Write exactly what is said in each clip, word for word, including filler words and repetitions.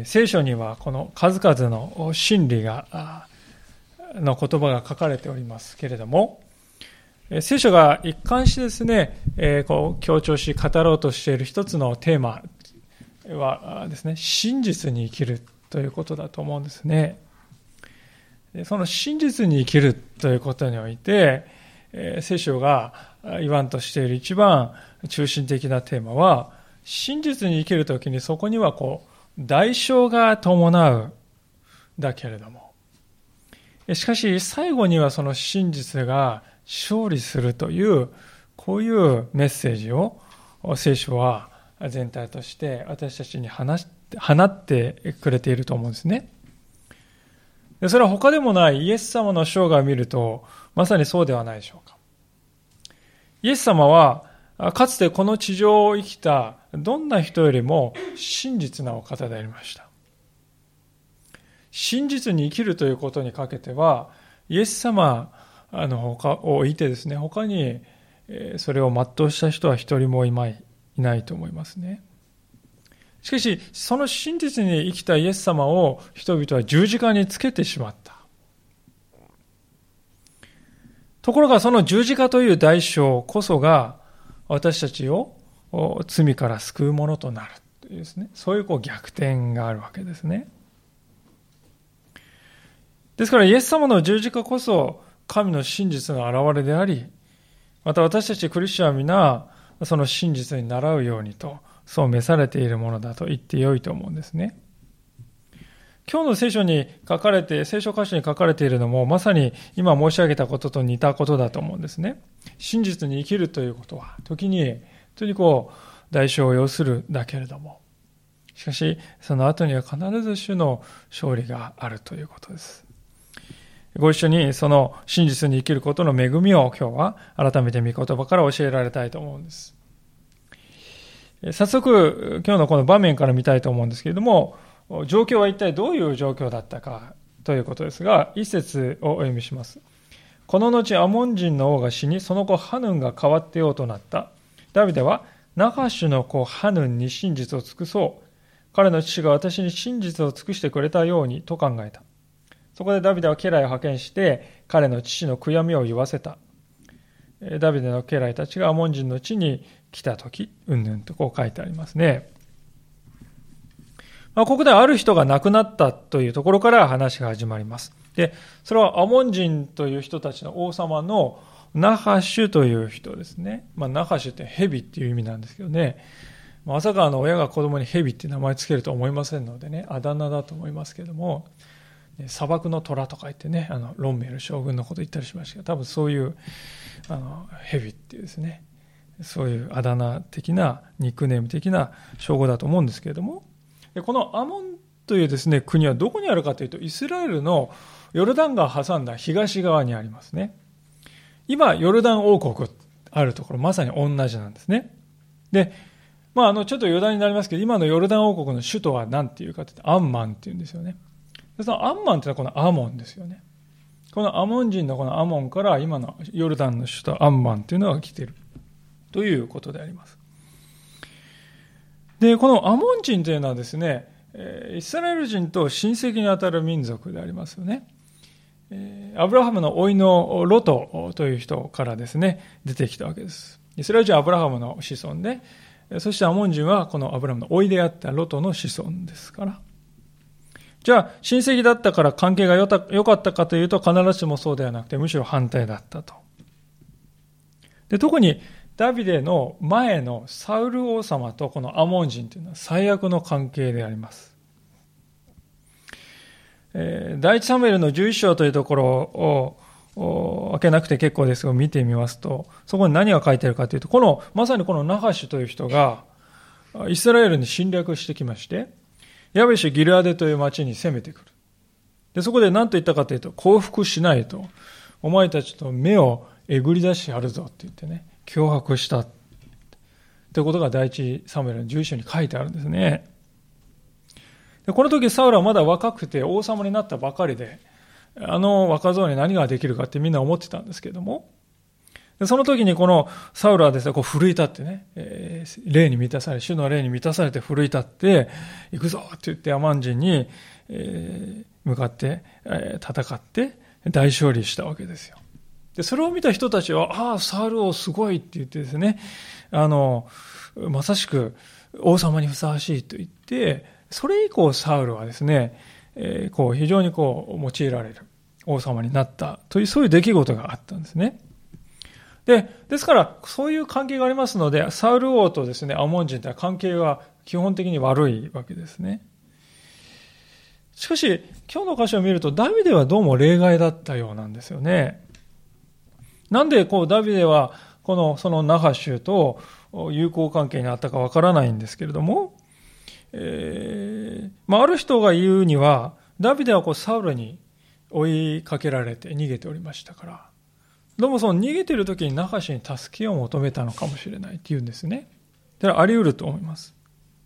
聖書にはこの数々の真理がの言葉が書かれておりますけれども、聖書が一貫してですね、えー、こう強調し語ろうとしている一つのテーマはですね、真実に生きるということだと思うんですね。その真実に生きるということにおいて、えー、聖書が言わんとしている一番中心的なテーマは、真実に生きるときにそこにはこう代償が伴うだけれども、しかし最後にはその真実が勝利するという、こういうメッセージを聖書は全体として私たちに放ってくれていると思うんですね。それは他でもないイエス様の生涯を見るとまさにそうではないでしょうか。イエス様はかつてこの地上を生きたどんな人よりも真実なお方でありました。真実に生きるということにかけては、イエス様の他を置いてですね、他にそれを全うした人は一人もいない、いないと思いますね。しかし、その真実に生きたイエス様を人々は十字架につけてしまった。ところがその十字架という代償こそが私たちを罪から救うものとなるというですね、そういうこう逆転があるわけですね。ですからイエス様の十字架こそ神の真実の現れであり、また私たちクリスチャンは皆その真実に倣うようにと、そう召されているものだと言ってよいと思うんですね。今日の聖書に書かれて、聖書箇所に書かれているのもまさに今申し上げたことと似たことだと思うんですね。真実に生きるということは時に本当にこう代償を要するだけれども、しかしその後には必ず主の勝利があるということです。ご一緒にその真実に生きることの恵みを今日は改めて御言葉から教えられたいと思うんです。早速今日のこの場面から見たいと思うんですけれども、状況は一体どういう状況だったかということですが、一節をお読みします。この後アモン人の王が死に、その子ハヌンが代わってようとなった。ダビデはナハシュの子ハヌンに真実を尽くそう。彼の父が私に真実を尽くしてくれたようにと考えた。そこでダビデは家来を派遣して彼の父の悔やみを言わせた。ダビデの家来たちがアモン人の地に来たとき、うんぬんとこう書いてありますね。まあ、ここである人が亡くなったというところから話が始まります。で、それはアモン人という人たちの王様のナハシュという人ですね。まあ、ナハシュって蛇っていう意味なんですけどね。まさかあの親が子供に蛇って名前つけると思いませんのでね、あだ名だと思いますけども、砂漠の虎とか言ってね、あのロンメル将軍のこと言ったりしましたけど、多分そういうあの蛇っていうですね、そういうあだ名的なニックネーム的な称号だと思うんですけれども、このアモンというですね国はどこにあるかというと、イスラエルのヨルダン川を挟んだ東側にありますね。今ヨルダン王国あるところまさに同じなんですね。で、まああのちょっと余談になりますけど、今のヨルダン王国の首都は何ていうかというとアンマンっていうんですよね。そのアンマンというのはこのアモンですよね。このアモン人のこのアモンから今のヨルダンの首都アンマンというのが来ているということであります。で、このアモン人というのはですね、イスラエル人と親戚にあたる民族でありますよね。アブラハムの甥のロトという人からですね、出てきたわけです。イスラエル人はアブラハムの子孫で、そしてアモン人はこのアブラハムの甥であったロトの子孫ですから。じゃあ、親戚だったから関係が良かったかというと、必ずしもそうではなくて、むしろ反対だったと。で、特にダビデの前のサウル王様とこのアモン人というのは最悪の関係であります。えー、第一サムエルのじゅういっ章というところを開けなくて結構ですが見てみますと、そこに何が書いてあるかというと、この、まさにこのナハシュという人がイスラエルに侵略してきまして、ヤベシュギルアデという町に攻めてくる。で、そこで何と言ったかというと、降伏しないと。お前たちと目をえぐり出してやるぞって言ってね、脅迫した。ということが第一サムエルのじゅういっ章に書いてあるんですね。で、この時サウルはまだ若くて王様になったばかりで、あの若造に何ができるかってみんな思ってたんですけれども、 でその時にこのサウルはですね、こう奮い立ってね、えー、霊に満たされ、主の霊に満たされて奮い立って、行くぞって言ってアマン人に、えー、向かって、えー、戦って大勝利したわけですよ。で、それを見た人たちは、ああ、サウル王すごいって言ってですね、あの、まさしく王様にふさわしいと言って、それ以降サウルはですね、えー、こう非常にこう用いられる王様になったという、そういう出来事があったんですね。で、ですから、そういう関係がありますので、サウル王とですね、アモン人とは関係が基本的に悪いわけですね。しかし、今日の箇所を見ると、ダビデはどうも例外だったようなんですよね。なんでこうダビデはこのそのナハシュと友好関係にあったかわからないんですけれども、えーまあ、ある人が言うにはダビデはこうサウルに追いかけられて逃げておりましたから、どうもその逃げている時にナハシュに助けを求めたのかもしれないっていうんですね。それはあり得ると思います。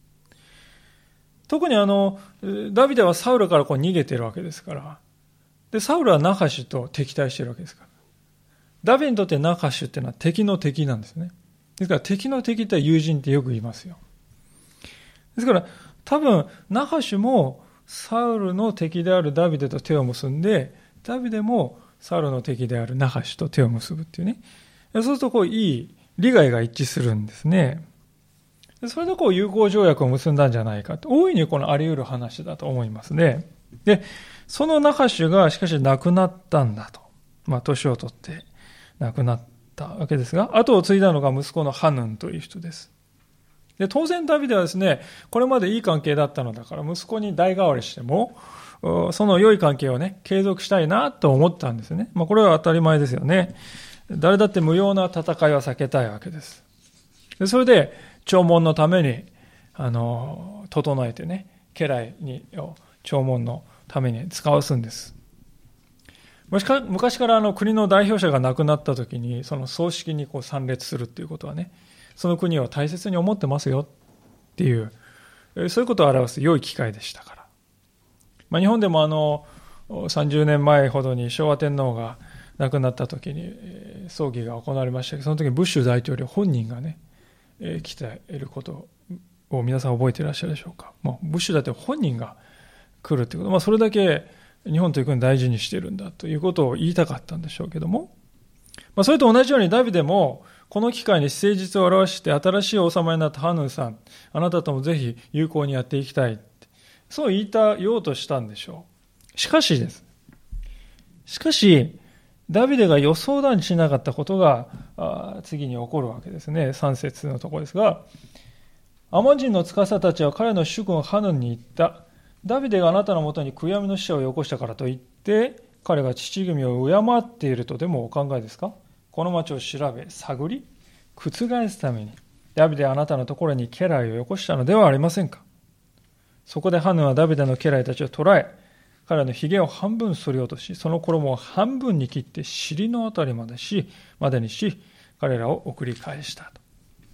特にあのダビデはサウルからこう逃げているわけですから、でサウルはナハシュと敵対しているわけですから、ダビデにとってナハシュっていうのは敵の敵なんですね。ですから敵の敵って友人ってよく言いますよ。ですから多分ナハシュもサウルの敵であるダビデと手を結んで、ダビデもサウルの敵であるナハシュと手を結ぶっていうね。そうするとこういい利害が一致するんですね。それでこう友好条約を結んだんじゃないかと、大いにこのあり得る話だと思いますね。で、そのナハシュがしかし亡くなったんだと。まあ年を取って亡くなったわけですが、後を継いだのが息子のハヌンという人です。で、当然ダビデはですね、これまでいい関係だったのだから、息子に代替わりしても、その良い関係をね、継続したいなと思ったんですね。まあこれは当たり前ですよね。誰だって無用な戦いは避けたいわけです。でそれで、弔問のために、あの、整えてね、家来に、弔問のために使わすんです。昔からあの国の代表者が亡くなった時に、その葬式にこう参列するっていうことはね、その国を大切に思ってますよっていう、そういうことを表す良い機会でしたから。まあ、日本でもあのさんじゅうねんまえほどに昭和天皇が亡くなった時に葬儀が行われましたけど、その時にブッシュ大統領本人がね、来ていることを皆さん覚えていらっしゃるでしょうか。まあ、ブッシュ大統領本人が来るということ、まあ、それだけ日本という国を大事にしているんだということを言いたかったんでしょうけども、まあ、それと同じようにダビデもこの機会に誠実を表して新しい王様になったハヌンさん、あなたともぜひ友好にやっていきたい、そう言いたようとしたんでしょう。しかしです。しかしダビデが予想だにしなかったことが次に起こるわけですね。さん節のところですが、アモン人の司たちは彼の主君ハヌンに言った。ダビデがあなたのもとに悔やみの使者をよこしたからといって彼が父君を敬っているとでもお考えですか。この町を調べ探り覆すためにダビデはあなたのところに家来をよこしたのではありませんか。そこでハヌンはダビデの家来たちを捕らえ、彼のひげを半分剃り落とし、その衣を半分に切って尻のあたりまでしまでにし、彼らを送り返したと。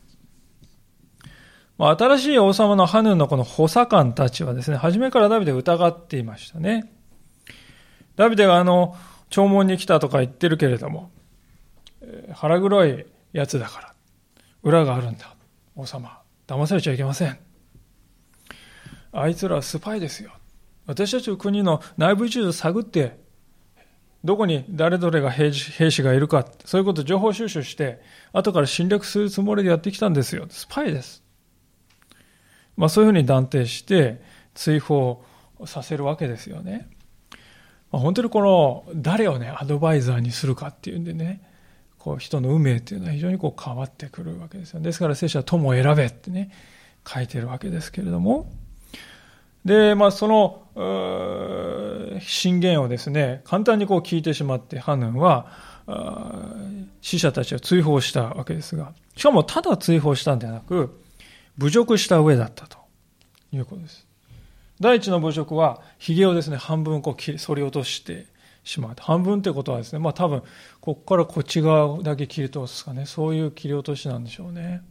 まあ、新しい王様のハヌンのこの補佐官たちはですね、初めからダビデを疑っていましたね。ダビデがあの弔問に来たとか言ってるけれども、腹黒いやつだから裏があるんだ。王様、騙されちゃいけません。あいつらはスパイですよ。私たちの国の内部事情を探って、どこに誰どれが兵士、兵士がいるか、そういうことを情報収集して、後から侵略するつもりでやってきたんですよ。スパイです。まあそういうふうに断定して追放させるわけですよね。まあ、本当にこの誰をねアドバイザーにするかっていうんでね、こう人の運命っていうのは非常にこう変わってくるわけですよ。ですから聖書は友を選べってね書いてるわけですけれども、でまあその進言をですね簡単にこう聞いてしまってハヌンは死者たちを追放したわけですが、しかもただ追放したんではなく侮辱した上だったということです。第一の侮辱はひげをですね半分こう切り剃り落としてしまう。半分ってことはですね、まあ多分ここからこっち側だけ切り通すかね、そういう切り落としなんでしょうね。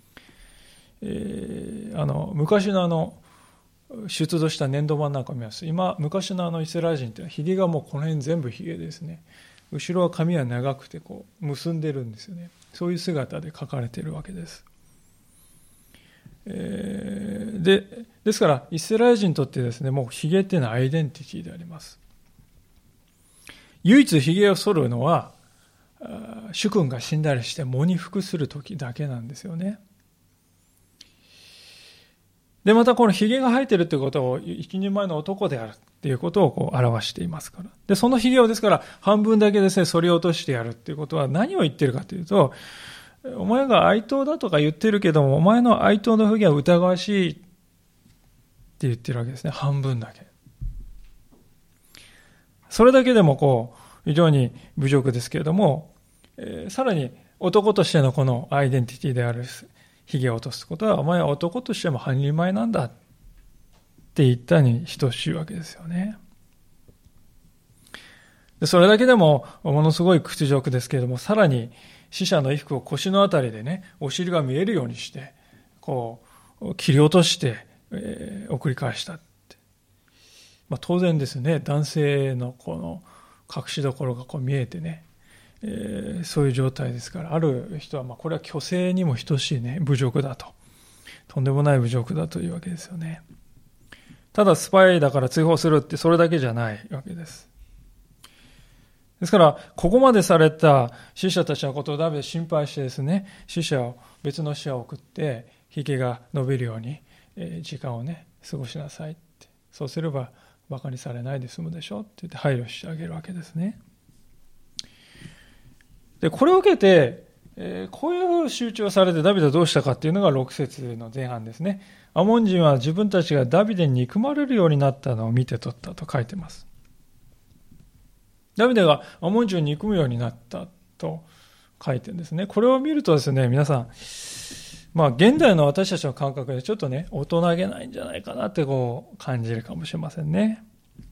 えー、あの昔のあの出土した粘土板なんか見ます。今昔のあのイスラエル人ってひげがもうこの辺全部ひげですね。 後ろは髪は長くてこう結んでるんですよね。そういう姿で描かれているわけです。えー、で、ですからイスラエル人にとってですね、もうヒゲっていうのはアイデンティティであります。唯一ヒゲを剃るのは主君が死んだりして喪に服する時だけなんですよね。で、またこのヒゲが生えているということを一人前の男であるっていうことをこう表していますから。で、そのヒゲをですから半分だけですね、剃り落としてやるっていうことは何を言ってるかというと、お前が愛党だとか言ってるけども、お前の愛党の不義は疑わしいって言ってるわけですね。半分だけ。それだけでもこう、非常に侮辱ですけれども、えー、さらに男としてのこのアイデンティティであるヒゲを落とすことは、お前は男としても半人前なんだって言ったに等しいわけですよね。でそれだけでもものすごい屈辱ですけれども、さらに死者の衣服を腰のあたりでね、お尻が見えるようにして、こう、切り落として、えー、送り返したって。まあ当然ですね、男性のこの隠しどころがこう見えてね、えー、そういう状態ですから、ある人はまあこれは虚勢にも等しいね侮辱だと、とんでもない侮辱だというわけですよね。ただスパイだから追放するってそれだけじゃないわけです。ですからここまでされた死者たちのことをダビデ心配してですね、死者を別の死者を送ってひげが伸びるように、えー、時間をね過ごしなさいって、そうすれば馬鹿にされないで済むでしょって言って配慮してあげるわけですね。で、これを受けて、えー、こういう集中をされてダビデはどうしたかっていうのがろく節の前半ですね。アモン人は自分たちがダビデに憎まれるようになったのを見て取ったと書いてます。ダビデがアモン人を憎むようになったと書いてるんですね。これを見るとですね、皆さん、まあ現代の私たちの感覚でちょっとね、大人げないんじゃないかなってこう感じるかもしれませんね。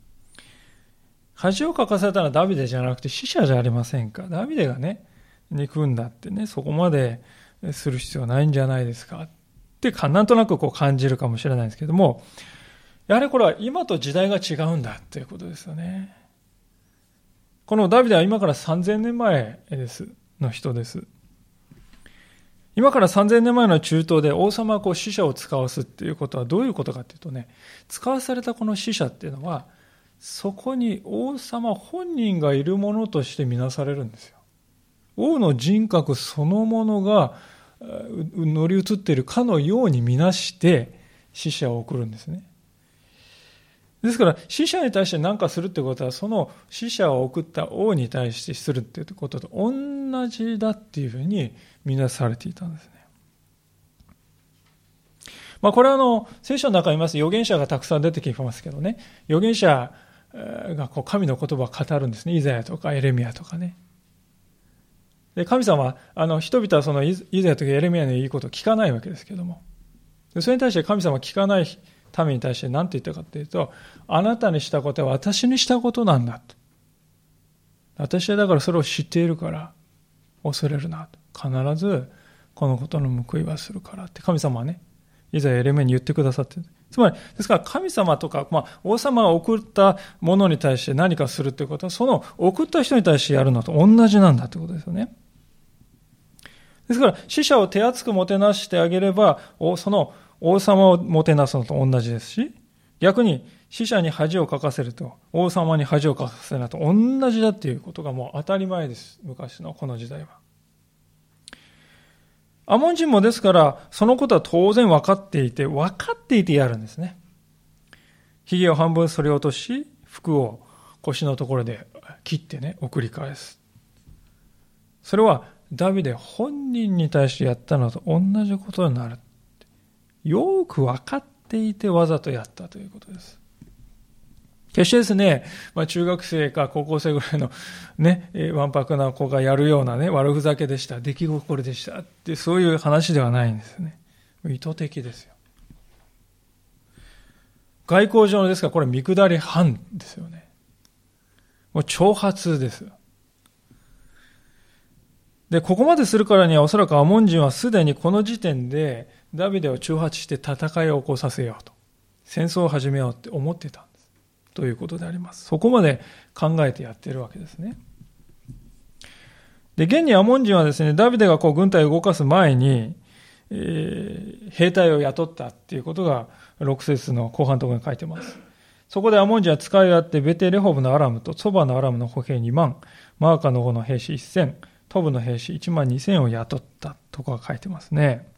恥をかかされたのはダビデじゃなくて死者じゃありませんか。ダビデがね、憎んだってね、そこまでする必要ないんじゃないですかってなんとなくこう感じるかもしれないですけども、やはりこれは今と時代が違うんだということですよね。このダビデは今からさんぜんねんまえですの人です。今からさんぜんねんまえの中東で王様はこう死者を使わすっていうことはどういうことかというとね、使わされたこの死者っていうのはそこに王様本人がいるものとして見なされるんですよ。王の人格そのものが乗り移っているかのように見なして死者を送るんですね。ですから死者に対して何かするってことは、その死者を送った王に対してするっていうことと同じだっていうふうに見なされていたんですね。まあこれはあの聖書の中にいます預言者がたくさん出てきますけどね、預言者がこう神の言葉を語るんですね。イザヤとかエレミヤとかね。で神様はあの人々はそのイザヤとかエレミヤの言うことを聞かないわけですけども、それに対して神様は聞かない民に対して何て言ったかというと、あなたにしたことは私にしたことなんだと。私はだからそれを知っているから恐れるなと。必ずこのことの報いはするからって神様はね、イザヤエレミヤに言ってくださっている。つまりですから神様とか、まあ、王様が送ったものに対して何かするということは、その送った人に対してやるのと同じなんだということですよね。ですから死者を手厚くもてなしてあげれば、その王様をもてなすのと同じですし、逆に死者に恥をかかせると王様に恥をかかせるのと同じだということがもう当たり前です。昔のこの時代は。アモン人もですからそのことは当然分かっていて、分かっていてやるんですね。ひげを半分剃り落とし、服を腰のところで切ってね送り返す。それはダビデ本人に対してやったのと同じことになる。よく分かっていてわざとやったということです。決してですね、まあ、中学生か高校生ぐらいのね、わんぱくな子がやるようなね、悪ふざけでした、出来心でしたってそういう話ではないんですね。意図的ですよ。外交上のですからこれ見下り犯ですよね。もう挑発です。で、ここまでするからにはおそらくアモン人はすでにこの時点でダビデを挑発して戦いを起こさせようと、戦争を始めようって思っていたんですということであります。そこまで考えてやっているわけですね。 で、現にアモン人はですね、ダビデがこう軍隊を動かす前に、えー、兵隊を雇ったっていうことがろく節の後半のところに書いてます。そこでアモン人は使い勝ってベテレホブのアラムとソバのアラムの歩兵にまん、マーカの方の兵士せん、トブの兵士いちまんにせんを雇ったところが書いてますね。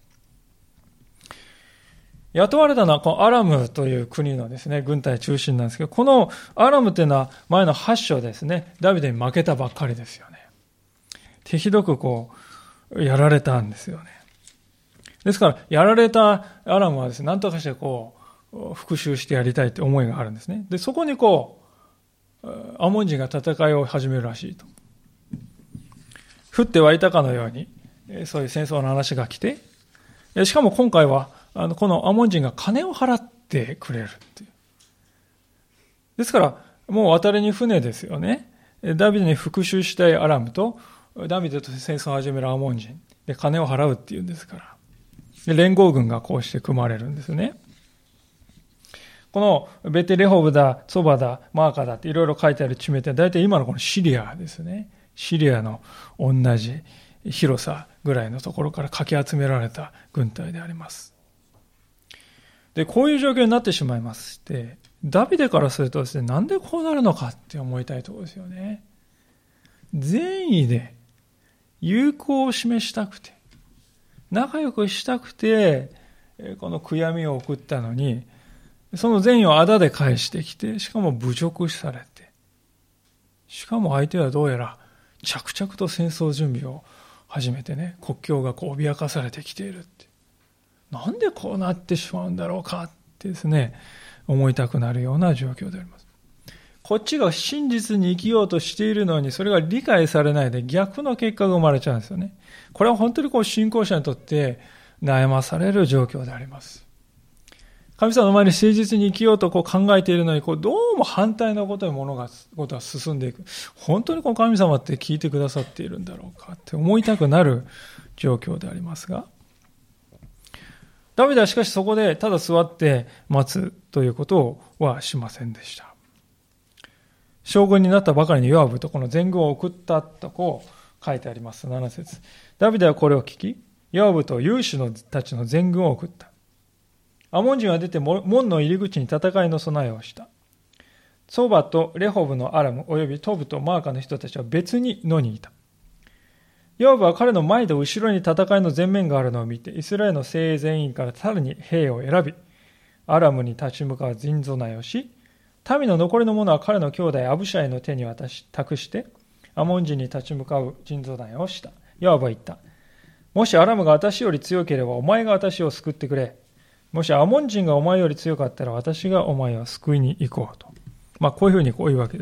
雇われたのはこのアラムという国のですね、軍隊中心なんですけど、このアラムというのは前のはち章ですね、ダビデに負けたばっかりですよね。手ひどくこう、やられたんですよね。ですから、やられたアラムはですね、何とかしてこう、復讐してやりたいという思いがあるんですね。で、そこにこう、アモン人が戦いを始めるらしいと。降って湧いたかのように、そういう戦争の話が来て、しかも今回は、あのこのアモン人が金を払ってくれるっていう。ですから、もう渡りに船ですよね。ダビデに復讐したいアラムと、ダビデと戦争を始めるアモン人で金を払うっていうんですから。で連合軍がこうして組まれるんですね。このベテレホブだ、ソバだ、マーカだっていろいろ書いてある地名って大体今のこのシリアですね。シリアの同じ広さぐらいのところからかき集められた軍隊であります。で、こういう状況になってしまいまして、ダビデからするとですね、なんでこうなるのかって思いたいところですよね。善意で友好を示したくて、仲良くしたくて、この悔やみを送ったのに、その善意をあだで返してきて、しかも侮辱されて、しかも相手はどうやら着々と戦争準備を始めてね、国境がこう脅かされてきているって。なんでこうなってしまうんだろうかってですね、思いたくなるような状況であります。こっちが真実に生きようとしているのに、それが理解されないで逆の結果が生まれちゃうんですよね。これは本当にこう信仰者にとって悩まされる状況であります。神様の前に誠実に生きようとこう考えているのに、こうどうも反対のことに物が、ことが進んでいく。本当にこう神様って聞いてくださっているんだろうかって思いたくなる状況でありますが、ダビデはしかしそこでただ座って待つということはしませんでした。将軍になったばかりにヨアブとこの全軍を送ったとこう書いてあります。なな節。ダビデはこれを聞き、ヨアブと勇士のたちの全軍を送った。アモン人は出て門の入り口に戦いの備えをした。ソバとレホブのアラムおよびトブとマーカの人たちは別に野にいた。ヨアブは彼の前と後ろに戦いの前面があるのを見て、イスラエルの精鋭全員からさらに兵を選び、アラムに立ち向かう陣備えをし、民の残りの者は彼の兄弟アブシャイの手に渡し、託して、アモン人に立ち向かう陣備えをした。ヨアブは言った。もしアラムが私より強ければ、お前が私を救ってくれ。もしアモン人がお前より強かったら、私がお前を救いに行こうと。まあ、こういうふうにこう言うわけです。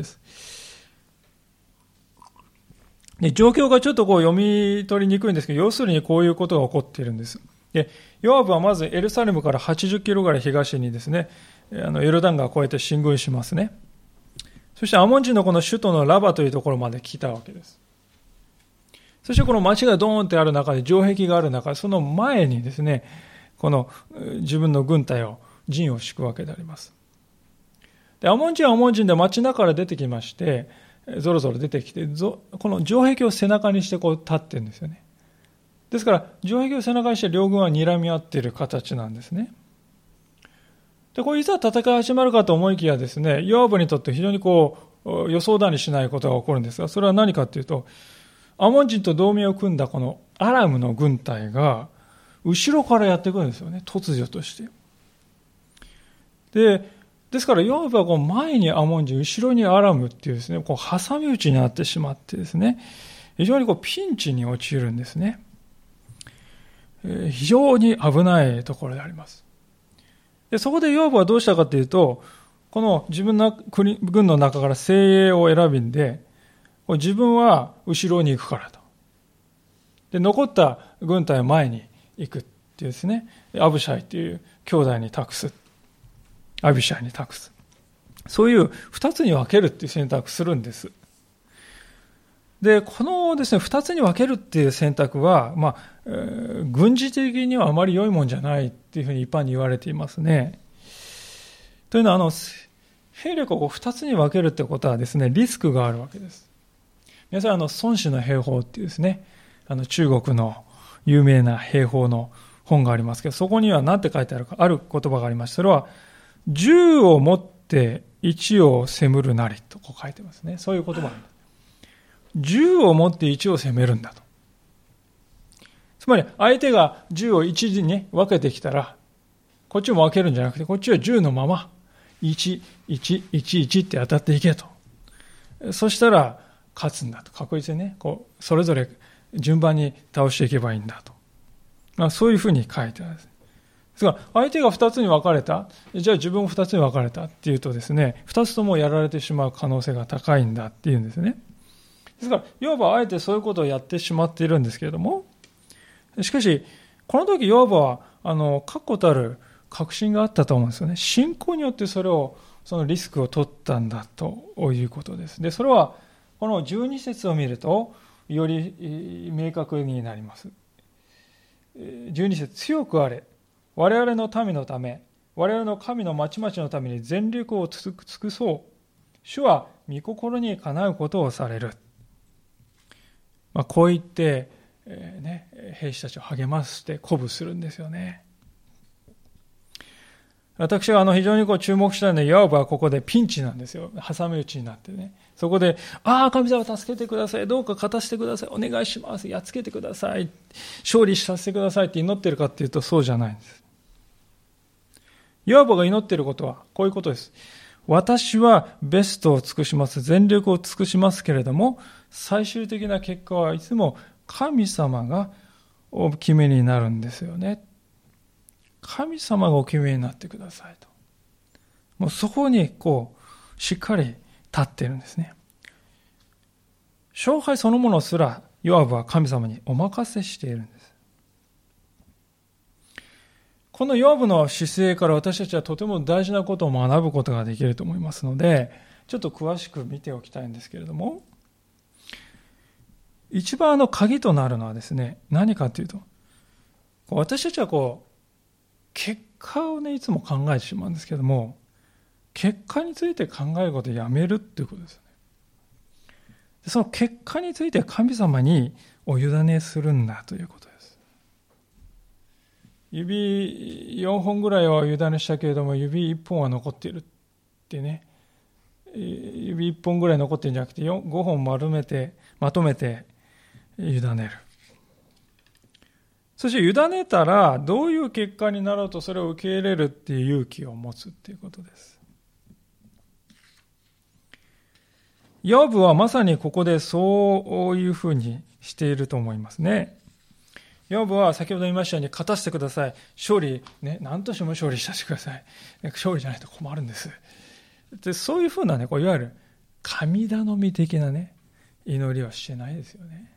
で、状況がちょっとこう読み取りにくいんですけど、要するにこういうことが起こっているんです。で、ヨアブはまずエルサレムからはちじゅっキロぐらい東にですね、あのヨルダン川を越えて進軍しますね。そしてアモン人のこの首都のラバというところまで来たわけです。そしてこの町がドーンってある中で、城壁がある中で、その前にですね、この自分の軍隊を、陣を敷くわけであります。で、アモン人はアモン人で町中から出てきまして、ぞろぞろ出てきて、この城壁を背中にしてこう立ってるんですよね。ですから、城壁を背中にして両軍は睨み合っている形なんですね。で、これいざ戦い始まるかと思いきやですね、ヨアブにとって非常にこう、予想だにしないことが起こるんですが、それは何かというと、アモン人と同盟を組んだこのアラムの軍隊が、後ろからやってくるんですよね、突如として。で、ですから、ヨアブはこう前にアモン人、後ろにアラムっていうですね、こう挟み撃ちになってしまってですね、非常にこうピンチに陥るんですね。非常に危ないところであります。で、そこでヨアブはどうしたかというと、この自分の国軍の中から精鋭を選びんで、自分は後ろに行くからと。で、残った軍隊は前に行くっていうですね、アブシャイっていう兄弟に託す。アビシャイに託す。そういう二つに分けるっていう選択するんです。で、このですね、二つに分けるっていう選択は、まあ、えー、軍事的にはあまり良いもんじゃないっていうふうに一般に言われていますね。というのは、あの、兵力を二つに分けるってことはですね、リスクがあるわけです。 皆さん、あの、孫子の兵法っていうですね、あの、中国の有名な兵法の本がありますけど、そこには何て書いてあるか、ある言葉がありまして、それは、銃を持って一を攻るなりとこう書いてますね。そういう言葉なんです。銃を持って一を攻めるんだと。つまり、相手が銃を一に、ね、分けてきたら、こっちも分けるんじゃなくて、こっちは銃のまま、いち、いち、いち、いちって当たっていけと。そしたら、勝つんだと。確実にね、こう、それぞれ順番に倒していけばいいんだと。まあ、そういうふうに書いてあるんです。ですが、相手が二つに分かれた。じゃあ自分も二つに分かれたっていうとですね、二つともやられてしまう可能性が高いんだっていうんですね。ですから、ヨアブはあえてそういうことをやってしまっているんですけれども、しかし、この時ヨアブは、あの、確固たる確信があったと思うんですよね。信仰によってそれを、そのリスクを取ったんだということです。で、それは、このじゅうに節を見ると、より明確になります。じゅうに節、強くあれ。我々の民のため、我々の神の町々のために全力を尽くそう。主は御心にかなうことをされる。まあ、こう言って、えーね、兵士たちを励まして鼓舞するんですよね。私があの非常にこう注目したのは、ヨアブはここでピンチなんですよ。挟み撃ちになってね。そこで、ああ、神様助けてください。どうか勝たせてください。お願いします。やっつけてください。勝利させてくださいって祈ってるかっていうとそうじゃないんです。ヨアブが祈っていることはこういうことです。私はベストを尽くします。全力を尽くしますけれども、最終的な結果はいつも神様がお決めになるんですよね。神様がお決めになってくださいと。もうそこにこう、しっかり立っているんですね。勝敗そのものすら、ヨアブは神様にお任せしているんです。このヨアブの姿勢から私たちはとても大事なことを学ぶことができると思いますので、ちょっと詳しく見ておきたいんですけれども、一番の鍵となるのはですね、何かというと、私たちはこう、結果をね、いつも考えてしまうんですけれども、結果について考えることをやめるっていうことですよね。その結果について神様にお委ねするんだということです。指よんほんぐらいはお委ねしたけれども、指いっぽんは残っているってね、指いっぽんぐらい残ってるんじゃなくて、ごほん丸めて、まとめて委ねる。そして委ねたら、どういう結果になろうとそれを受け入れるっていう勇気を持つっていうことです。ヨブはまさにここでそういうふうにしていると思いますね。ヨブは先ほど言いましたように、勝たせてください。勝利、ね、何としても勝利させてください。勝利じゃないと困るんです。で、そういうふうなね、こういわゆる神頼み的なね、祈りはしてないですよね。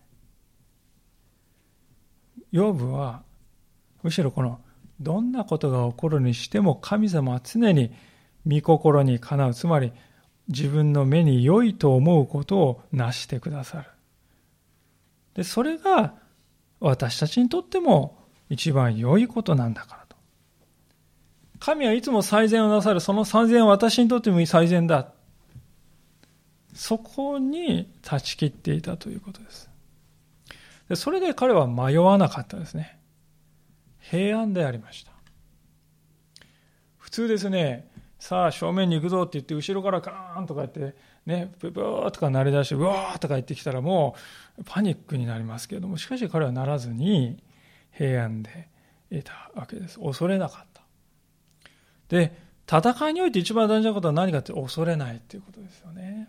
ヨブはむしろこのどんなことが起こるにしても神様は常に御心にかなう、つまり自分の目に良いと思うことをなしてくださる。で、それが私たちにとっても一番良いことなんだからと。神はいつも最善をなさる。その最善は私にとっても最善だ。そこに断ち切っていたということです。で、それで彼は迷わなかったですね。平安でありました。普通ですね、さあ正面に行くぞって言って後ろからガーンとか言ってね、ブブーとか鳴り出してうわーとか言ってきたらもうパニックになりますけれども、しかし彼はならずに平安でいたわけです。恐れなかった。で、戦いにおいて一番大事なことは何かって恐れないっていうことですよね。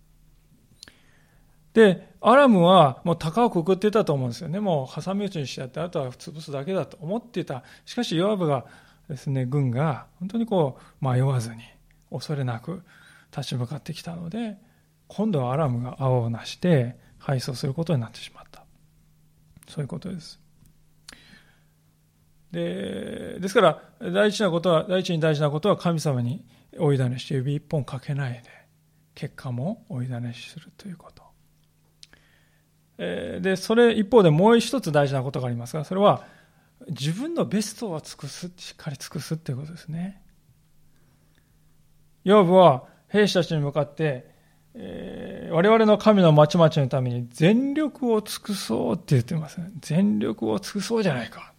で、アラムはもう高をくくっていたと思うんですよね。もう挟み撃ちにしてやって、あとは潰すだけだと思っていた。しかしヨアブがですね、軍が本当にこう迷わずに恐れなく立ち向かってきたので、今度はアラムが泡をなして敗走することになってしまった。そういうことです。で、ですから第一なことは、第一に大事なことは神様にお委ねして指一本かけないで、結果もお委ねするということ。で、それ一方でもう一つ大事なことがありますが、それは自分のベストを尽くす、しっかり尽くすということですね。ヨブは兵士たちに向かって、 えー、我々の神の町々のために全力を尽くそうって言ってますね。全力を尽くそうじゃないか。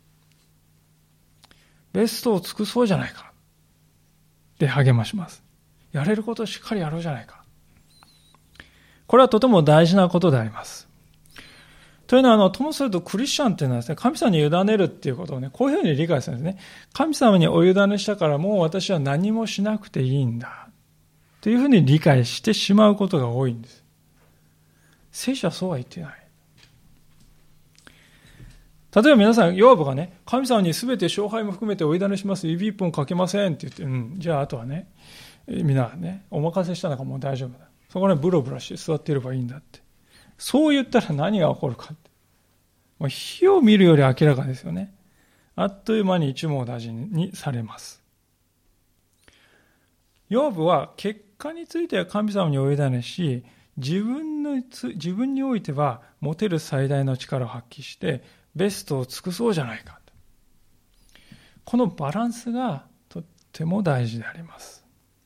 ベストを尽くそうじゃないか。で励まします。やれることをしっかりやろうじゃないか。これはとても大事なことであります。というのは、あの、ともするとクリスチャンっていうのはですね、神様に委ねるっていうことをね、こういうふうに理解するんですね。神様にお委ねしたからもう私は何もしなくていいんだ。というふうに理解してしまうことが多いんです。聖書はそうは言っていない。例えば皆さん、ヨアブがね、神様に全て勝敗も含めてお委ねします。指一本かけませんって言って、うん、じゃああとはね、みんなね、お任せしたのかもう大丈夫だ。そこでブロブロして座っていればいいんだって。そう言ったら何が起こるかって。もう火を見るより明らかですよね。あっという間に一網打尽にされます。ヨブは結果については神様にお委ねし、自分の自分においては持てる最大の力を発揮してベストを尽くそうじゃないか。このバランスがとっても大事であります。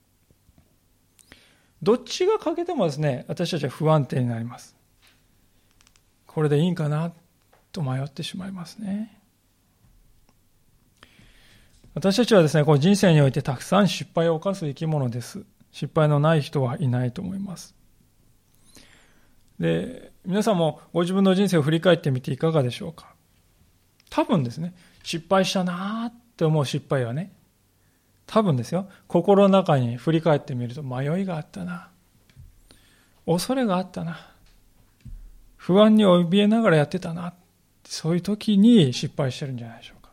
どっちが欠けてもですね、私たちは不安定になります。これでいいんかなと迷ってしまいますね。私たちはですね、こう人生においてたくさん失敗を犯す生き物です。失敗のない人はいないと思います。で、皆さんもご自分の人生を振り返ってみていかがでしょうか。多分ですね、失敗したなって思う失敗はね、多分ですよ、心の中に振り返ってみると迷いがあったな、恐れがあったな、不安に怯えながらやってたな、そういう時に失敗してるんじゃないでしょうか。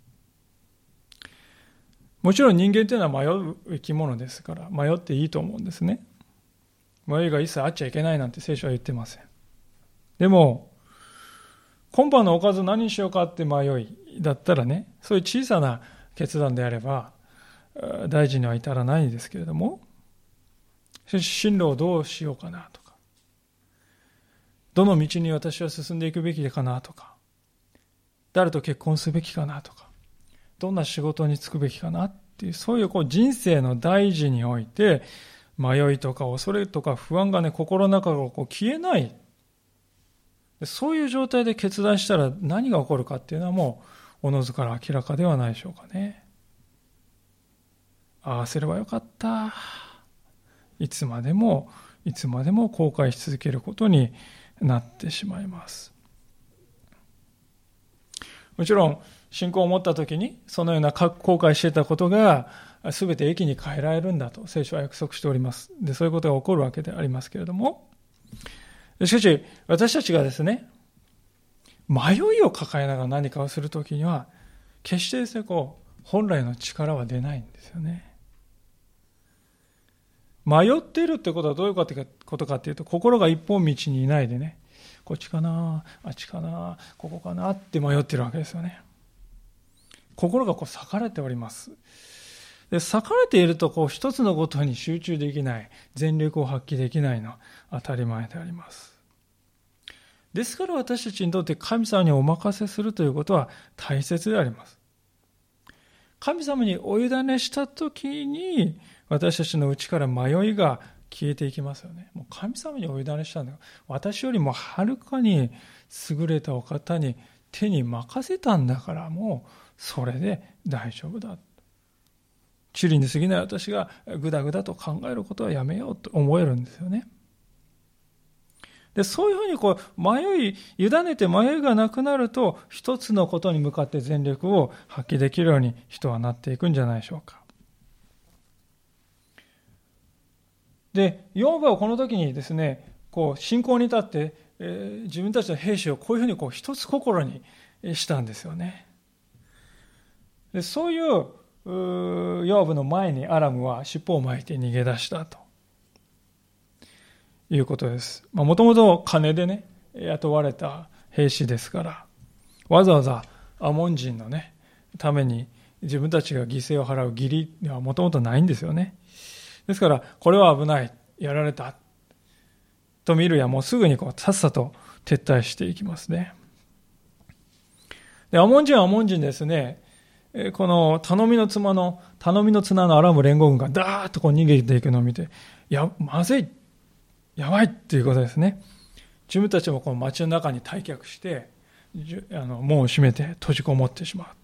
もちろん人間というのは迷う生き物ですから、迷っていいと思うんですね。迷いが一切あっちゃいけないなんて聖書は言ってません。でも、今晩のおかず何にしようかって迷いだったらね、そういう小さな決断であれば、大事には至らないんですけれども、進路をどうしようかなとか、どの道に私は進んでいくべきかなとか、誰と結婚すべきかなとか、どんな仕事に就くべきかなっていう、そういうこう人生の大事において、迷いとか恐れとか不安がね、心の中からこう消えない。そういう状態で決断したら何が起こるかっていうのはもう、おのずから明らかではないでしょうかね。ああすればよかった。いつまでも、いつまでも後悔し続けることになってしまいます。もちろん、信仰を持ったときに、そのような後悔していたことが、すべて益に変えられるんだと聖書は約束しております。で、そういうことが起こるわけでありますけれども、しかし、私たちがですね、迷いを抱えながら何かをするときには、決してですね、こう、本来の力は出ないんですよね。迷っているってことはどういうことかっていうと、心が一本道にいないでね、こっちかな、あっちかな、ここかなって迷っているわけですよね。心がこう裂かれております。で、裂かれているとこう一つのことに集中できない、全力を発揮できないのは当たり前であります。ですから私たちにとって神様にお任せするということは大切であります。神様にお委ねしたときに私たちの内から迷いが消えていきますよね。もう神様にお委ねしたんだ。私よりもはるかに優れたお方に手に任せたんだから、もうそれで大丈夫だ。地理に過ぎない私がぐだぐだと考えることはやめようと思えるんですよね。で、そういうふうにこう迷い、委ねて迷いがなくなると、一つのことに向かって全力を発揮できるように人はなっていくんじゃないでしょうか。で、ヨブはこの時にですね、こう信仰に立って、えー、自分たちの兵士をこういうふうにこう一つ心にしたんですよね。で、そういうヨブの前にアラムは尻尾を巻いて逃げ出したということです。もともと金でね、雇われた兵士ですから、わざわざアモン人のね、ために自分たちが犠牲を払う義理ではもともとないんですよね。ですから、これは危ない、やられたと見るや、もうすぐにこうさっさと撤退していきますね。で、アモン人はアモン人ですね、この頼みの妻の頼みの綱のアラム連合軍がダーッとこう逃げていくのを見て、いやまずい、 やばいっていうことですね。自分たちもこの町の中に退却して、あの門を閉めて閉じこもってしまう。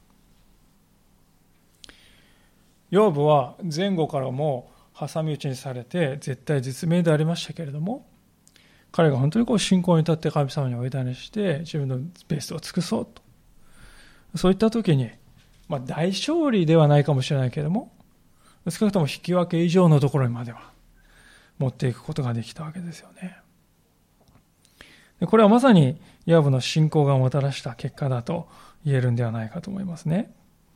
ヨブは前後からも挟み撃ちにされて絶対絶命でありましたけれども、彼が本当にこう信仰に立って神様にお委ねして自分のベストを尽くそうと、そういった時に、まあ、大勝利ではないかもしれないけれども、少なくとも引き分け以上のところにまでは持っていくことができたわけですよね。でこれはまさにヨブの信仰がもたらした結果だと言えるんではないかと思いますね。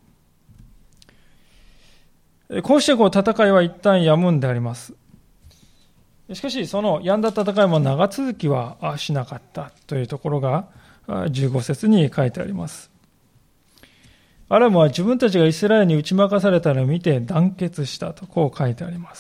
こうしてこう戦いは一旦止むんであります。しかしその止んだ戦いも長続きはしなかったというところがじゅうご節に書いてあります。アラムは自分たちがイスラエルに打ち負かされたのを見て団結したとこう書いてあります。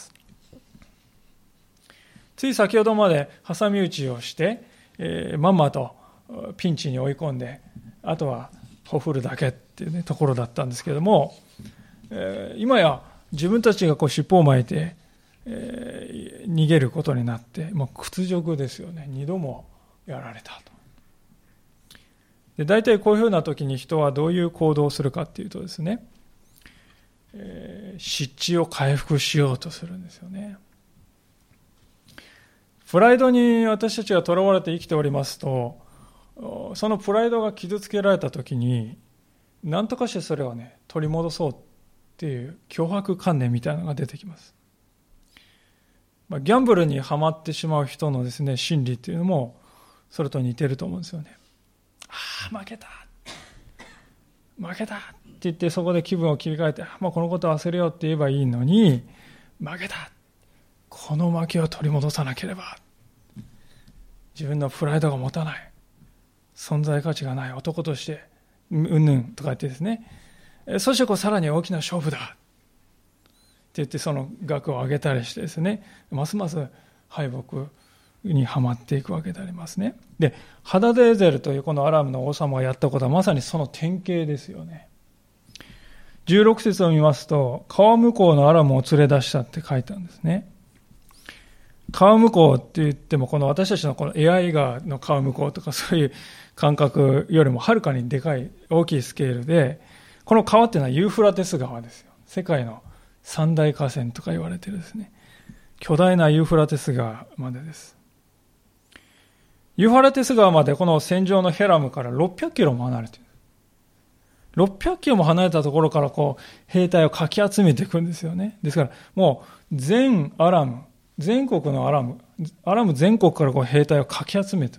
つい先ほどまで挟み撃ちをして、えー、まんまとピンチに追い込んで、あとはほふるだけっていう、ね、ところだったんですけれども、えー、今や自分たちがこう尻尾を巻いて、えー、逃げることになって、もう屈辱ですよね。二度もやられたと。で大体こういうふうな時に人はどういう行動をするかっていうとですね、えー、失地を回復しようとするんですよね。プライドに私たちがとらわれて生きておりますと、そのプライドが傷つけられた時に何とかしてそれをね取り戻そうっていう脅迫観念みたいなのが出てきます。まあ、ギャンブルにはまってしまう人のですね心理っていうのもそれと似てると思うんですよね。ああ負けた負けたって言ってそこで気分を切り替えて、まあ、このことを忘れようって言えばいいのに、負けたこの負けを取り戻さなければ、自分のプライドが持たない、存在価値がない男としてうんぬんとか言ってですね、そしてこうさらに大きな勝負だって言ってその額を上げたりしてですね、ますます敗北にはまっていくわけでありますね。で、ハダデーゼルというこのアラムの王様がやったことはまさにその典型ですよね。じゅうろく節を見ますと、川向こうのアラムを連れ出したって書いてあるんですね。川向こうって言っても、この私たちのこのエアイ川の川向こうとかそういう感覚よりもはるかにでかい大きいスケールで、この川っていうのはユーフラテス川ですよ。世界の三大河川とか言われてるですね、巨大なユーフラテス川までです。ユーフラテス川までこの戦場のヘラムからろっぴゃくキロも離れている。ろっぴゃくキロも離れたところからこう兵隊をかき集めていくんですよね。ですからもう全アラム、全国のアラム、アラム全国からこう兵隊をかき集めて、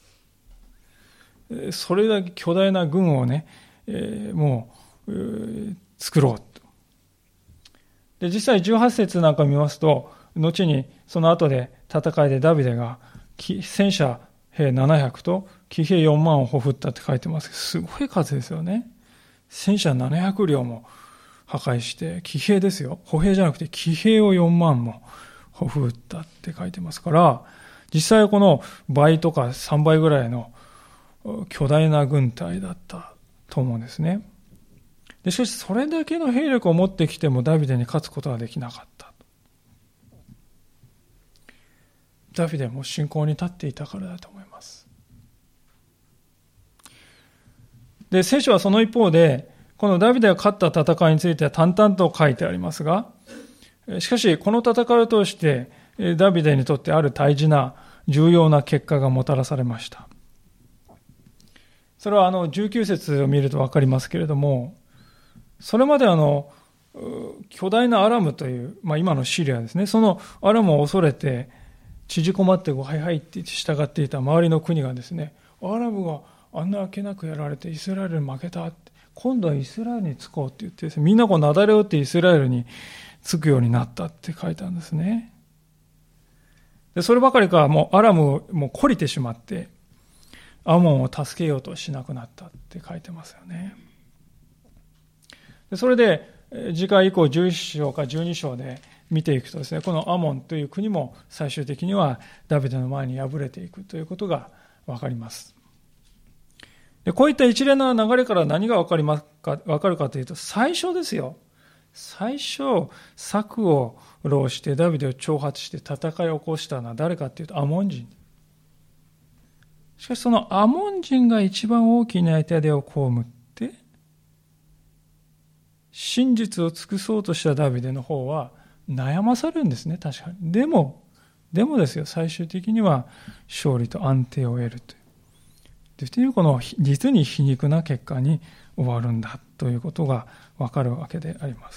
それだけ巨大な軍をね、えー、もう、えー、作ろうと。で、実際じゅうはち節なんか見ますと、後にその後で戦いでダビデが戦車兵ななひゃくと騎兵よんまんをほふったって書いてますけど、すごい数ですよね。戦車ななひゃくりょうも破壊して、騎兵ですよ。歩兵じゃなくて騎兵をよんまんもほふったって書いてますから、実際この倍とかさんばいぐらいの巨大な軍隊だったと思うんですね。でしかしそれだけの兵力を持ってきてもダビデに勝つことができなかった。ダビデも信仰に立っていたからだと思います。で、聖書はその一方で、このダビデが勝った戦いについては淡々と書いてありますが、しかしこの戦いを通してダビデにとってある大事な重要な結果がもたらされました。それはあのじゅうきゅう節を見ると分かりますけれども、それまであの巨大なアラムという、まあ、今のシリアですね、そのアラムを恐れて縮こまってごはいはいって従っていた周りの国がですね、アラブがあんなわけなくやられてイスラエルに負けたって、今度はイスラエルにつこうって言ってですね、みんなこうなだれをってイスラエルにつくようになったって書いてあるんですね。でそればかりか、もうアラムも懲りてしまってアモンを助けようとしなくなったって書いてますよね。でそれで次回以降じゅういっ章かじゅうに章で見ていくとですね、このアモンという国も最終的にはダビデの前に敗れていくということが分かります。でこういった一連の流れから何が分かりますか、分かるかというと、最初ですよ。 最初、策を弄してダビデを挑発して戦いを起こしたのは誰かっていうとアモン人。しかしそのアモン人が一番大きな痛手を被って、真実を尽くそうとしたダビデの方は悩まされるんですね、確かに。でも、でもですよ、最終的には勝利と安定を得るという。というこの実に皮肉な結果に終わるんだということがわかるわけであります。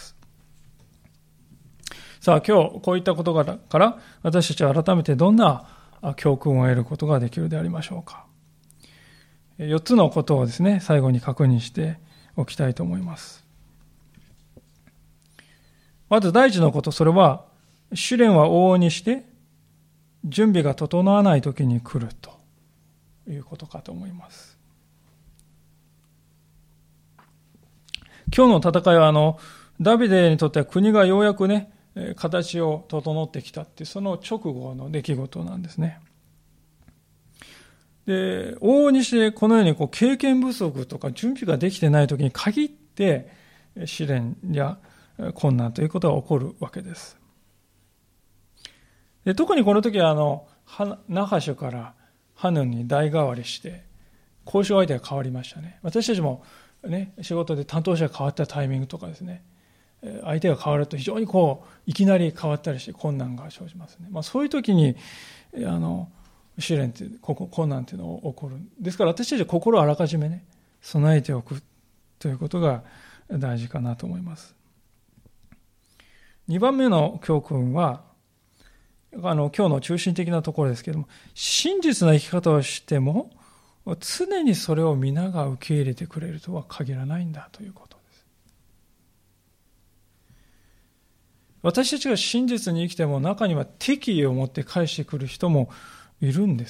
さあ今日こういったことから私たちは改めてどんな教訓を得ることができるでありましょうか。よっつのことをですね、最後に確認しておきたいと思います。まず第一のこと、それは試練は往々にして準備が整わないときに来るということかと思います。今日の戦いはあのダビデにとっては国がようやくね形を整ってきたっていうその直後の出来事なんですね。で、往々にしてこのようにこう経験不足とか準備ができてないときに限って試練や困難ということが起こるわけです。で、特にこの時はあのナハシュからハヌンに代替わりして交渉相手が変わりましたね。私たちもね、仕事で担当者が変わったタイミングとかですね、相手が変わると非常にこういきなり変わったりして困難が生じますね。まあ、そういう時にあの試練って困難っていうのが起こる。ですから私たちは心をあらかじめね備えておくということが大事かなと思います。にばんめの教訓はあの今日の中心的なところですけれども、真実な生き方をしても常にそれを皆が受け入れてくれるとは限らないんだということです。私たちが真実に生きても中には敵意を持って返してくる人もいるんです。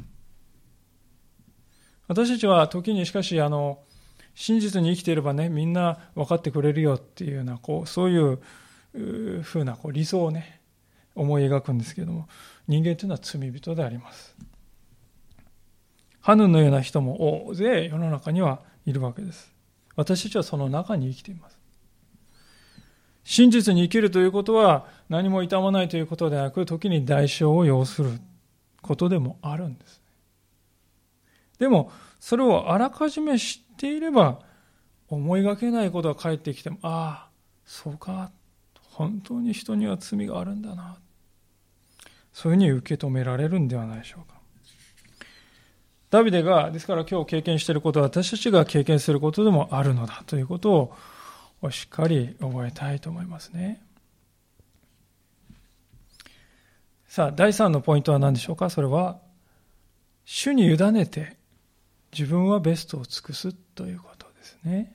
私たちは時にしかしあの真実に生きていればねみんな分かってくれるよっていうようなこうそういうふうなこう理想をね思い描くんですけれども、人間というのは罪人であります。ハヌンのような人も大勢世の中にはいるわけです。私たちはその中に生きています。真実に生きるということは何も痛まないということでなく、時に代償を要することでもあるんです。でもそれをあらかじめ知っていれば思いがけないことが返ってきても、ああそうか、本当に人には罪があるんだな、そういうふうに受け止められるんではないでしょうか。ダビデがですから今日経験していることは私たちが経験することでもあるのだということをしっかり覚えたいと思いますね。さあだいさんのポイントは何でしょうか。それは主に委ねて自分はベストを尽くすということですね。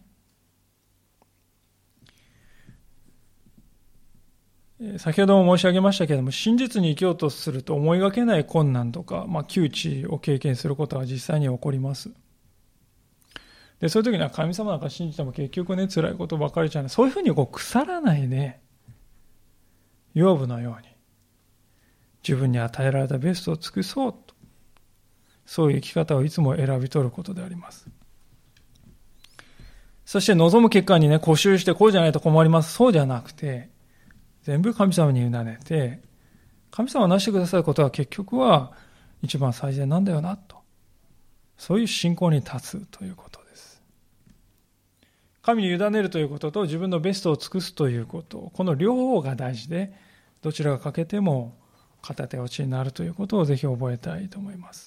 先ほども申し上げましたけれども、真実に生きようとすると思いがけない困難とか、まあ、窮地を経験することは実際に起こります。で、そういう時には神様なんか信じても結局ね、辛いことばかりじゃない。そういうふうにこう腐らないで、ヨブのように自分に与えられたベストを尽くそうと、そういう生き方をいつも選び取ることであります。そして望む結果にね、固執してこうじゃないと困ります。そうじゃなくて、全部神様に委ねて、神様がなしてくださることは結局は一番最善なんだよなと、そういう信仰に立つということです。神に委ねるということと自分のベストを尽くすということ、この両方が大事で、どちらが欠けても片手落ちになるということをぜひ覚えたいと思います。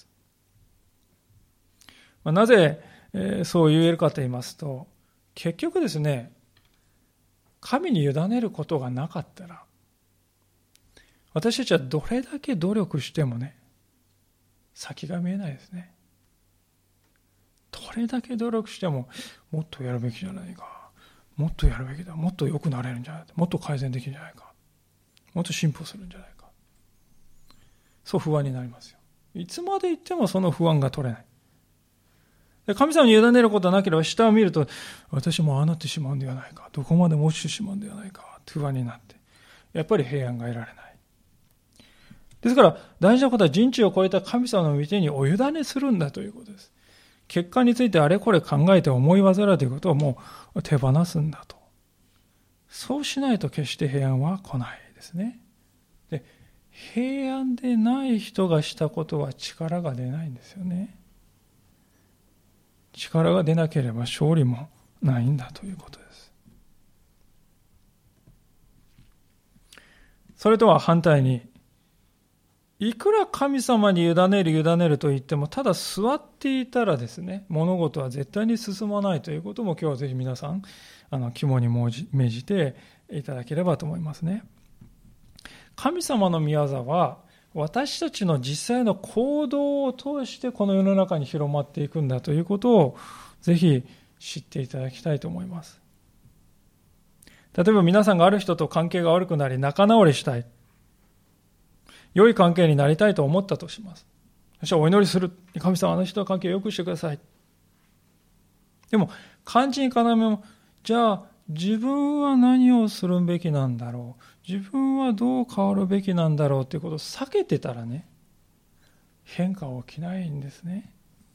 なぜそう言えるかと言いますと、結局ですね、神に委ねることがなかったら、私たちはどれだけ努力してもね、先が見えないですね。どれだけ努力しても、もっとやるべきじゃないか、もっとやるべきだ、もっと良くなれるんじゃないか、もっと改善できるんじゃないか、もっと進歩するんじゃないか、そう不安になりますよ。いつまで言ってもその不安が取れない。神様に委ねることがなければ下を見ると、私もああなってしまうんではないか、どこまでも落ちてしまうんではないか不安になって、やっぱり平安が得られない。ですから大事なことは人知を超えた神様の御手にお委ねするんだということです。結果についてあれこれ考えて思い煩うということをもう手放すんだとそうしないと決して平安は来ないですね。で、平安でない人がしたことは力が出ないんですよね。力が出なければ勝利もないんだということです。それとは反対に、いくら神様に委ねる委ねると言っても、ただ座っていたらですね、物事は絶対に進まないということも今日はぜひ皆さん、あの肝に銘じていただければと思いますね。神様の御業は私たちの実際の行動を通してこの世の中に広まっていくんだということをぜひ知っていただきたいと思います。例えば皆さんがある人と関係が悪くなり仲直りしたい、良い関係になりたいと思ったとします。そしてお祈りする。神様、あの人の関係を良くしてください。でも肝心要も、じゃあ自分は何をするべきなんだろう、自分はどう変わるべきなんだろうということを避けてたらね、変化は起きないんですね。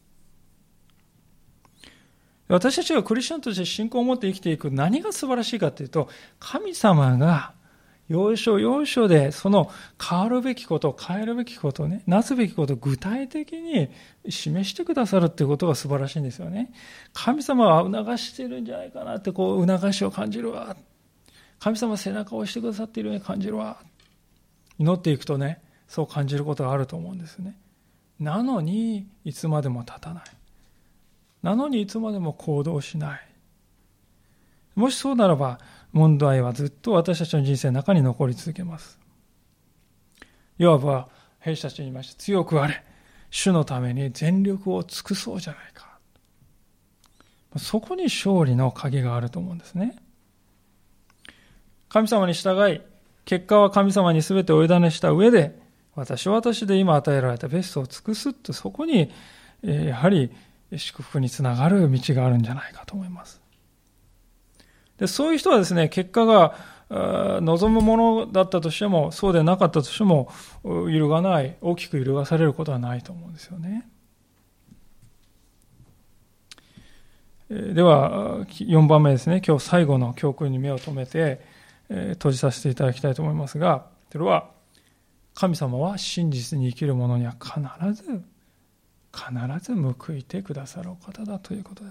私たちがクリスチャンとして信仰を持って生きていく何が素晴らしいかというと、神様が要所要所でその変わるべきこと、変えるべきことをね、なすべきことを具体的に示してくださるということが素晴らしいんですよね。神様は促しているんじゃないかなってこう促しを感じるわ。神様は背中を押してくださっているように感じるわ。祈っていくとね、そう感じることがあると思うんですね。なのにいつまでも立たない。なのにいつまでも行動しない。もしそうならば、問題はずっと私たちの人生の中に残り続けます。ヨアブは兵士たちに言いました。強くあれ。主のために全力を尽くそうじゃないか。そこに勝利の鍵があると思うんですね。神様に従い、結果は神様に全てお委ねした上で、私は私で今与えられたベストを尽くすと、そこにやはり祝福につながる道があるんじゃないかと思います。でそういう人はですね、結果が望むものだったとしても、そうでなかったとしても、揺るがない、大きく揺るがされることはないと思うんですよね。では、よんばんめですね、今日最後の教訓に目を留めて、閉じさせていただきたいと思いますが、それは、神様は真実に生きる者には必ず、必ず報いてくださるお方だということです。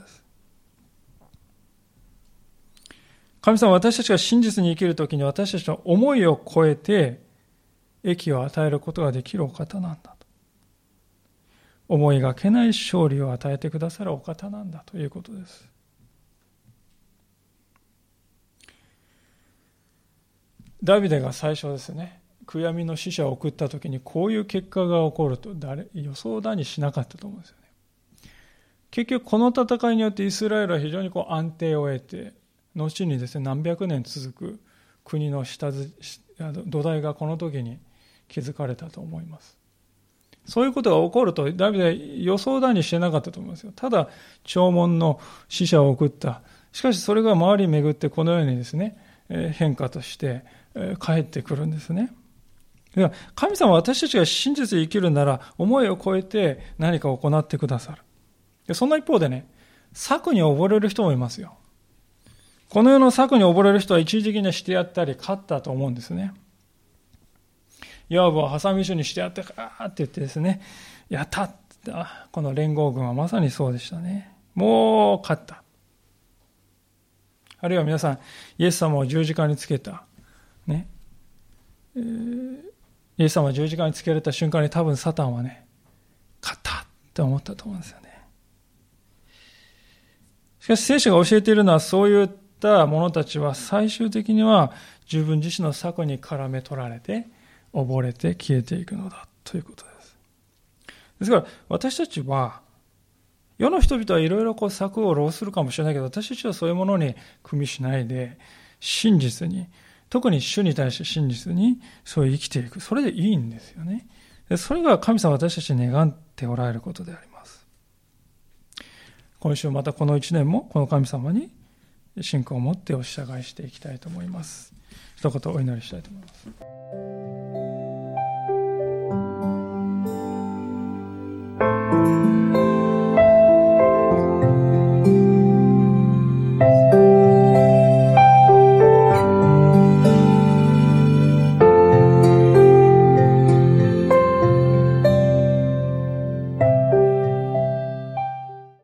神様は私たちが真実に生きるときに私たちの思いを超えて益を与えることができるお方なんだと。思いがけない勝利を与えてくださるお方なんだということです。ダビデが最初ですね、悔やみの使者を送ったときにこういう結果が起こると誰予想だにしなかったと思うんですよね。結局この戦いによってイスラエルは非常にこう安定を得て、後にですね、何百年続く国の下土台がこの時に築かれたと思います。そういうことが起こるとダビデは予想だにしてなかったと思いますよ。ただ弔問の使者を送った。しかしそれが周り巡ってこのようにですね、変化として帰ってくるんですね。神様は私たちが真実で生きるなら思いを超えて何かを行ってくださる。その一方でね、策に溺れる人もいますよ。この世の策に溺れる人は一時的にしてやったり勝ったと思うんですね。ヨアブはハサミ手にしてやってあーって言ってですね、やったって、この連合軍はまさにそうでしたね。もう勝った。あるいは皆さん、イエス様を十字架につけた、ね、えー、イエス様を十字架につけられた瞬間に多分サタンはね、勝ったって思ったと思うんですよね。しかし聖書が教えているのは、そういった者たちは最終的には自分自身の策に絡め取られて溺れて消えていくのだということです。ですから私たちは世の人々はいろいろこう策を浪するかもしれないけど、私たちはそういうものに組みしないで真実に、特に主に対して真実にそう生きていく、それでいいんですよね。それが神様は私たちに願っておられることであります。今週またこの一年もこの神様に信仰を持ってお従いしていきたいと思います。一言お祈りしたいと思います。